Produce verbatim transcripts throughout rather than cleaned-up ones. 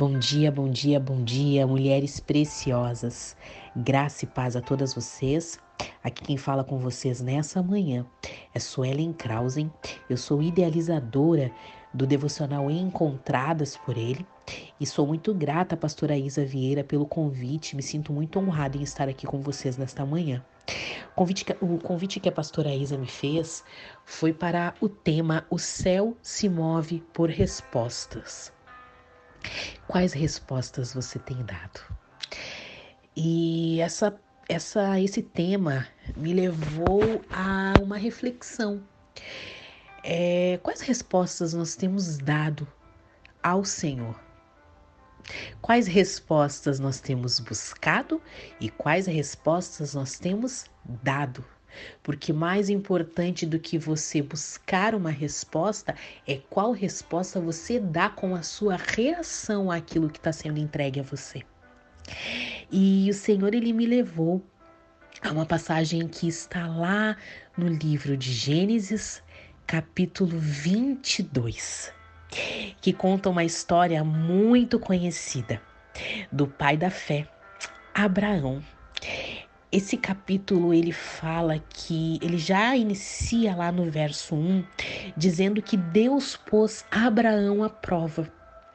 Bom dia, bom dia, bom dia, mulheres preciosas. Graça e paz a todas vocês. Aqui quem fala com vocês nessa manhã é Suelen Krausen. Eu sou idealizadora do devocional Encontradas por Ele e sou muito grata à pastora Isa Vieira pelo convite. Me sinto muito honrada em estar aqui com vocês nesta manhã. O convite que, o convite que a pastora Isa me fez foi para o tema O Céu se Move por Respostas. Quais respostas você tem dado? E essa, essa, esse tema me levou a uma reflexão. É, quais respostas nós temos dado ao Senhor? Quais respostas nós temos buscado e quais respostas nós temos dado? Porque mais importante do que você buscar uma resposta é qual resposta você dá com a sua reação àquilo que está sendo entregue a você. E o Senhor, Ele me levou a uma passagem que está lá no livro de Gênesis, capítulo vinte e dois, que conta uma história muito conhecida do pai da fé, Abraão. Esse capítulo, ele fala que, ele já inicia lá no verso um, dizendo que Deus pôs Abraão à prova.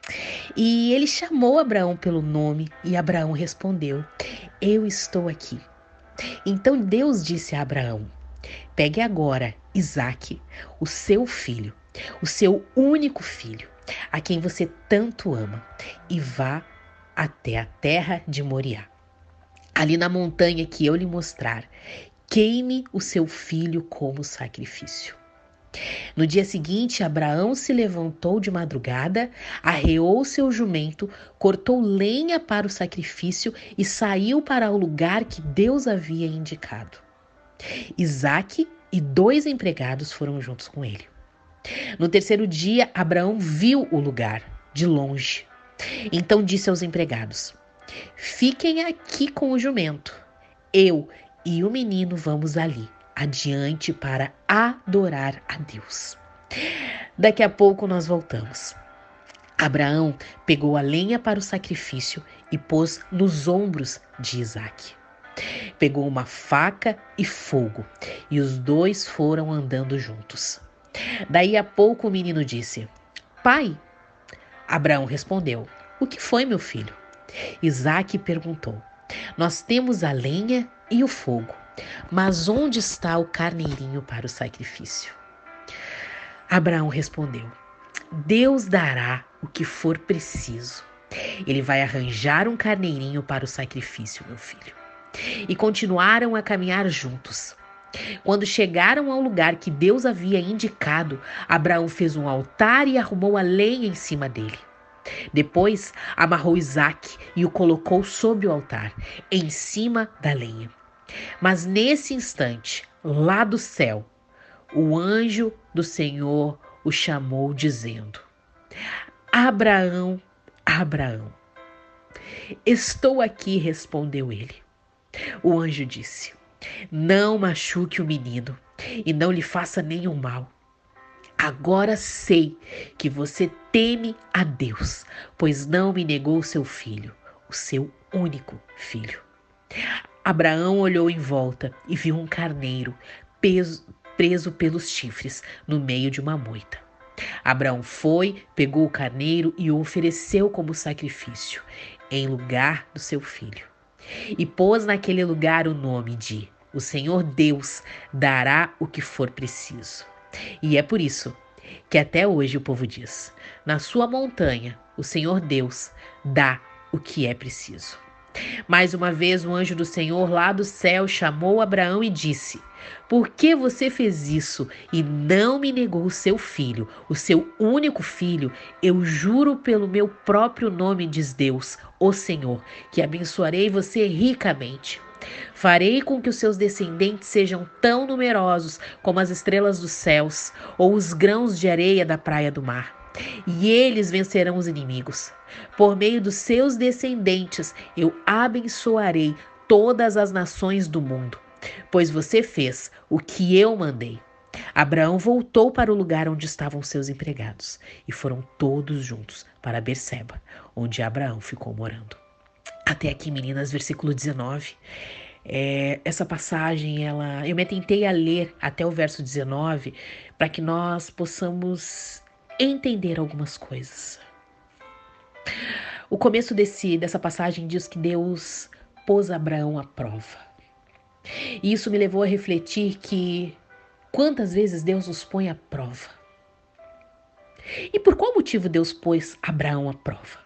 E ele chamou Abraão pelo nome e Abraão respondeu: eu estou aqui. Então Deus disse a Abraão: pegue agora Isaque, o seu filho, o seu único filho, a quem você tanto ama, e vá até a terra de Moriá. Ali na montanha que eu lhe mostrar, queime o seu filho como sacrifício. No dia seguinte, Abraão se levantou de madrugada, arreou seu jumento, cortou lenha para o sacrifício e saiu para o lugar que Deus havia indicado. Isaque e dois empregados foram juntos com ele. No terceiro dia, Abraão viu o lugar de longe. Então disse aos empregados: fiquem aqui com o jumento. Eu e o menino vamos ali, adiante, para adorar a Deus. Daqui a pouco nós voltamos. Abraão pegou a lenha para o sacrifício e pôs nos ombros de Isaque. Pegou uma faca e fogo, e os dois foram andando juntos. Daí a pouco o menino disse: pai. Abraão respondeu: o que foi, meu filho? Isaque perguntou: nós temos a lenha e o fogo, mas onde está o carneirinho para o sacrifício? Abraão respondeu: Deus dará o que for preciso. Ele vai arranjar um carneirinho para o sacrifício, meu filho. E continuaram a caminhar juntos. Quando chegaram ao lugar que Deus havia indicado, Abraão fez um altar e arrumou a lenha em cima dele. Depois amarrou Isaque e o colocou sob o altar, em cima da lenha. Mas nesse instante, lá do céu, o anjo do Senhor o chamou, dizendo: Abraão, Abraão. Estou aqui, respondeu ele. O anjo disse: não machuque o menino e não lhe faça nenhum mal. Agora sei que você teme a Deus, pois não me negou seu filho, o seu único filho. Abraão olhou em volta e viu um carneiro preso, preso pelos chifres no meio de uma moita. Abraão foi, pegou o carneiro e o ofereceu como sacrifício, em lugar do seu filho. E pôs naquele lugar o nome de: o Senhor Deus dará o que for preciso. E é por isso que até hoje o povo diz: na sua montanha, o Senhor Deus dá o que é preciso. Mais uma vez o anjo do Senhor lá do céu chamou Abraão e disse: por que você fez isso e não me negou o seu filho, o seu único filho? Eu juro pelo meu próprio nome, diz Deus, o Senhor, que abençoarei você ricamente. Farei com que os seus descendentes sejam tão numerosos como as estrelas dos céus ou os grãos de areia da praia do mar. E eles vencerão os inimigos. Por meio dos seus descendentes, eu abençoarei todas as nações do mundo, pois você fez o que eu mandei. Abraão voltou para o lugar onde estavam seus empregados e foram todos juntos para Berseba, onde Abraão ficou morando. Até aqui, meninas, versículo dezenove. É, essa passagem, ela, eu me tentei a ler até o verso dezenove para que nós possamos entender algumas coisas. O começo desse, dessa passagem diz que Deus pôs Abraão à prova. E isso me levou a refletir que quantas vezes Deus nos põe à prova. E por qual motivo Deus pôs Abraão à prova?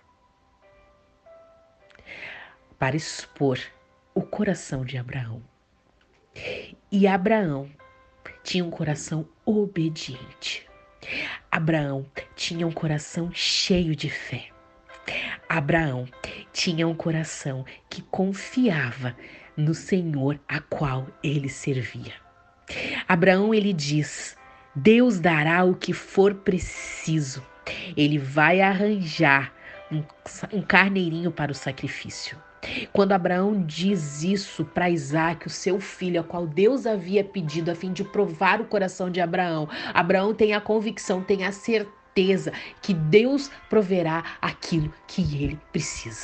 Para expor o coração de Abraão. E Abraão tinha um coração obediente. Abraão tinha um coração cheio de fé. Abraão tinha um coração que confiava no Senhor a qual ele servia. Abraão, ele diz: Deus dará o que for preciso. Ele vai arranjar um, um carneirinho para o sacrifício. Quando Abraão diz isso para Isaque, o seu filho, a qual Deus havia pedido a fim de provar o coração de Abraão, Abraão tem a convicção, tem a certeza que Deus proverá aquilo que ele precisa.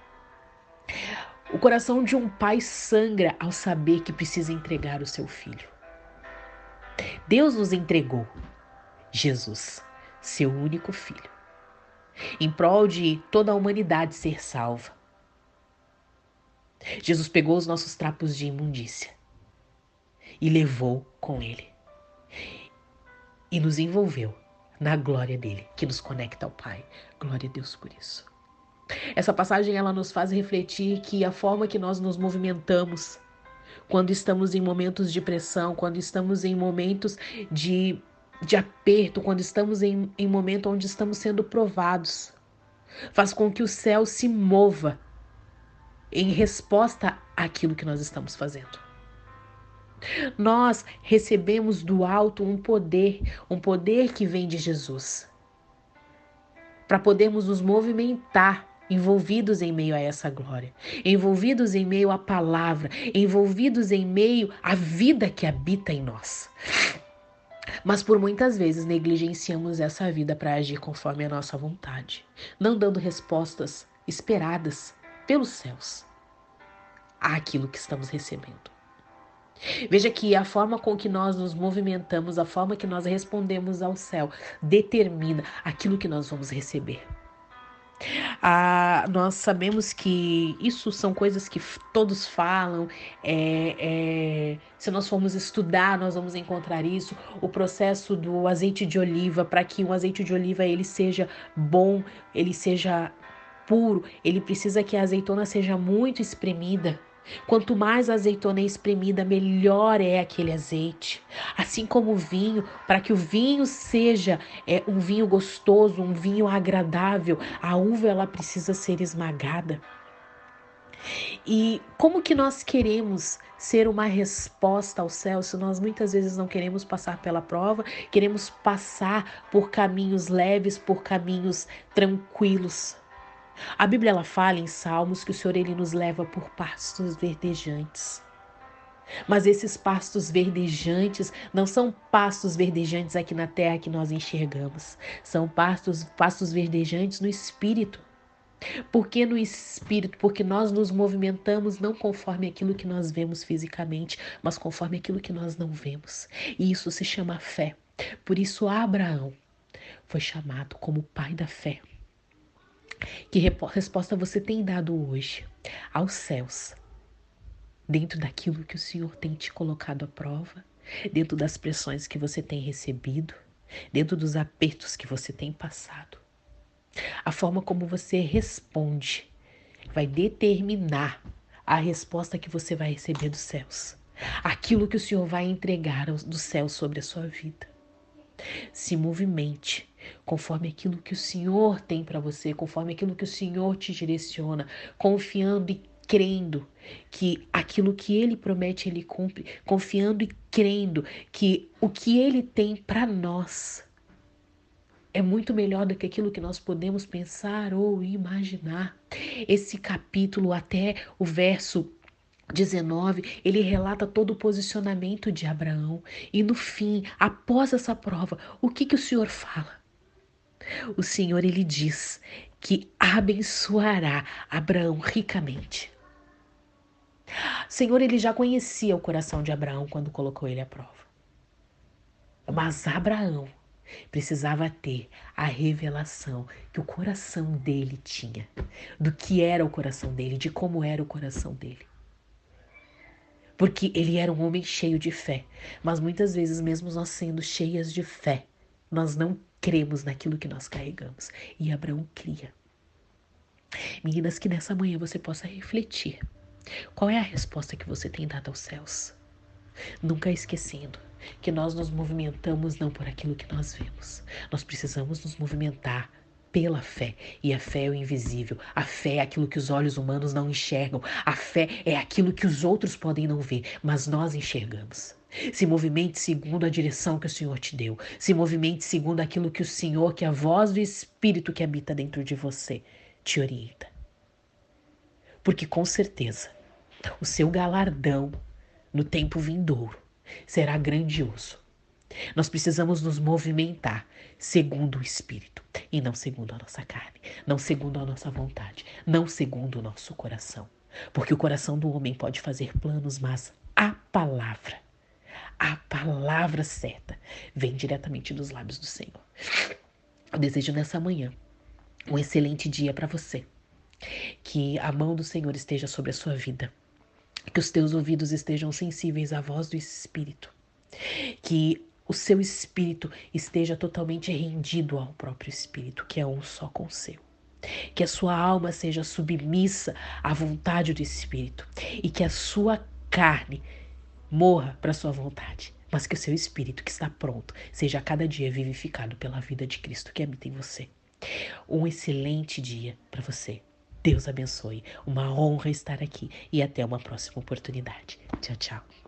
O coração de um pai sangra ao saber que precisa entregar o seu filho. Deus nos entregou Jesus, seu único filho, em prol de toda a humanidade ser salva. Jesus pegou os nossos trapos de imundícia e levou com ele e nos envolveu na glória dele, que nos conecta ao Pai. Glória a Deus por isso. Essa passagem, ela nos faz refletir que a forma que nós nos movimentamos quando estamos em momentos de pressão, quando estamos em momentos de, de aperto, quando estamos em, em momento onde estamos sendo provados, faz com que o céu se mova em resposta àquilo que nós estamos fazendo. Nós recebemos do alto um poder, um poder que vem de Jesus, para podermos nos movimentar envolvidos em meio a essa glória, envolvidos em meio à palavra, envolvidos em meio à vida que habita em nós. Mas por muitas vezes negligenciamos essa vida para agir conforme a nossa vontade, não dando respostas esperadas pelos céus àquilo que estamos recebendo. Veja que a forma com que nós nos movimentamos, a forma que nós respondemos ao céu, determina aquilo que nós vamos receber. Ah, nós sabemos que isso são coisas que todos falam, é, é, se nós formos estudar, nós vamos encontrar isso, o processo do azeite de oliva, para que o azeite de oliva ele seja bom, ele seja puro, ele precisa que a azeitona seja muito espremida. Quanto mais a azeitona é espremida, melhor é aquele azeite. Assim como o vinho, para que o vinho seja é, um vinho gostoso, um vinho agradável, a uva ela precisa ser esmagada. E como que nós queremos ser uma resposta ao céu se nós muitas vezes não queremos passar pela prova, queremos passar por caminhos leves, por caminhos tranquilos? A Bíblia ela fala em Salmos que o Senhor ele nos leva por pastos verdejantes. Mas esses pastos verdejantes não são pastos verdejantes aqui na terra que nós enxergamos. São pastos, pastos verdejantes no Espírito. Por que no Espírito? Porque nós nos movimentamos não conforme aquilo que nós vemos fisicamente, mas conforme aquilo que nós não vemos. E isso se chama fé. Por isso Abraão foi chamado como pai da fé. Que resposta você tem dado hoje aos céus, dentro daquilo que o Senhor tem te colocado à prova, dentro das pressões que você tem recebido, dentro dos apertos que você tem passado? A forma como você responde vai determinar a resposta que você vai receber dos céus, aquilo que o Senhor vai entregar do céu sobre a sua vida. Se movimente conforme aquilo que o Senhor tem para você, conforme aquilo que o Senhor te direciona, confiando e crendo que aquilo que Ele promete, Ele cumpre, confiando e crendo que o que Ele tem para nós é muito melhor do que aquilo que nós podemos pensar ou imaginar. Esse capítulo até o verso dezenove, ele relata todo o posicionamento de Abraão. E no fim, após essa prova, o que que o Senhor fala? O Senhor, ele diz que abençoará Abraão ricamente. O Senhor, ele já conhecia o coração de Abraão quando colocou ele à prova. Mas Abraão precisava ter a revelação que o coração dele tinha, do que era o coração dele, de como era o coração dele. Porque ele era um homem cheio de fé, mas muitas vezes, mesmo nós sendo cheias de fé, nós não cremos naquilo que nós carregamos. E Abraão cria. Meninas, que nessa manhã você possa refletir. Qual é a resposta que você tem dado aos céus? Nunca esquecendo que nós nos movimentamos não por aquilo que nós vemos. Nós precisamos nos movimentar pela fé. E a fé é o invisível. A fé é aquilo que os olhos humanos não enxergam. A fé é aquilo que os outros podem não ver, mas nós enxergamos. Se movimente segundo a direção que o Senhor te deu. Se movimente segundo aquilo que o Senhor, que a voz do Espírito que habita dentro de você, te orienta. Porque com certeza, o seu galardão no tempo vindouro será grandioso. Nós precisamos nos movimentar segundo o Espírito e não segundo a nossa carne, não segundo a nossa vontade, não segundo o nosso coração. Porque o coração do homem pode fazer planos, mas a palavra, a palavra certa, vem diretamente dos lábios do Senhor. Eu desejo nessa manhã um excelente dia para você. Que a mão do Senhor esteja sobre a sua vida. Que os teus ouvidos estejam sensíveis à voz do Espírito. Que o seu espírito esteja totalmente rendido ao próprio Espírito, que é um só com o seu. Que a sua alma seja submissa à vontade do Espírito. E que a sua carne morra para a sua vontade. Mas que o seu espírito, que está pronto, seja a cada dia vivificado pela vida de Cristo que habita em você. Um excelente dia para você. Deus abençoe. Uma honra estar aqui e até uma próxima oportunidade. Tchau, tchau.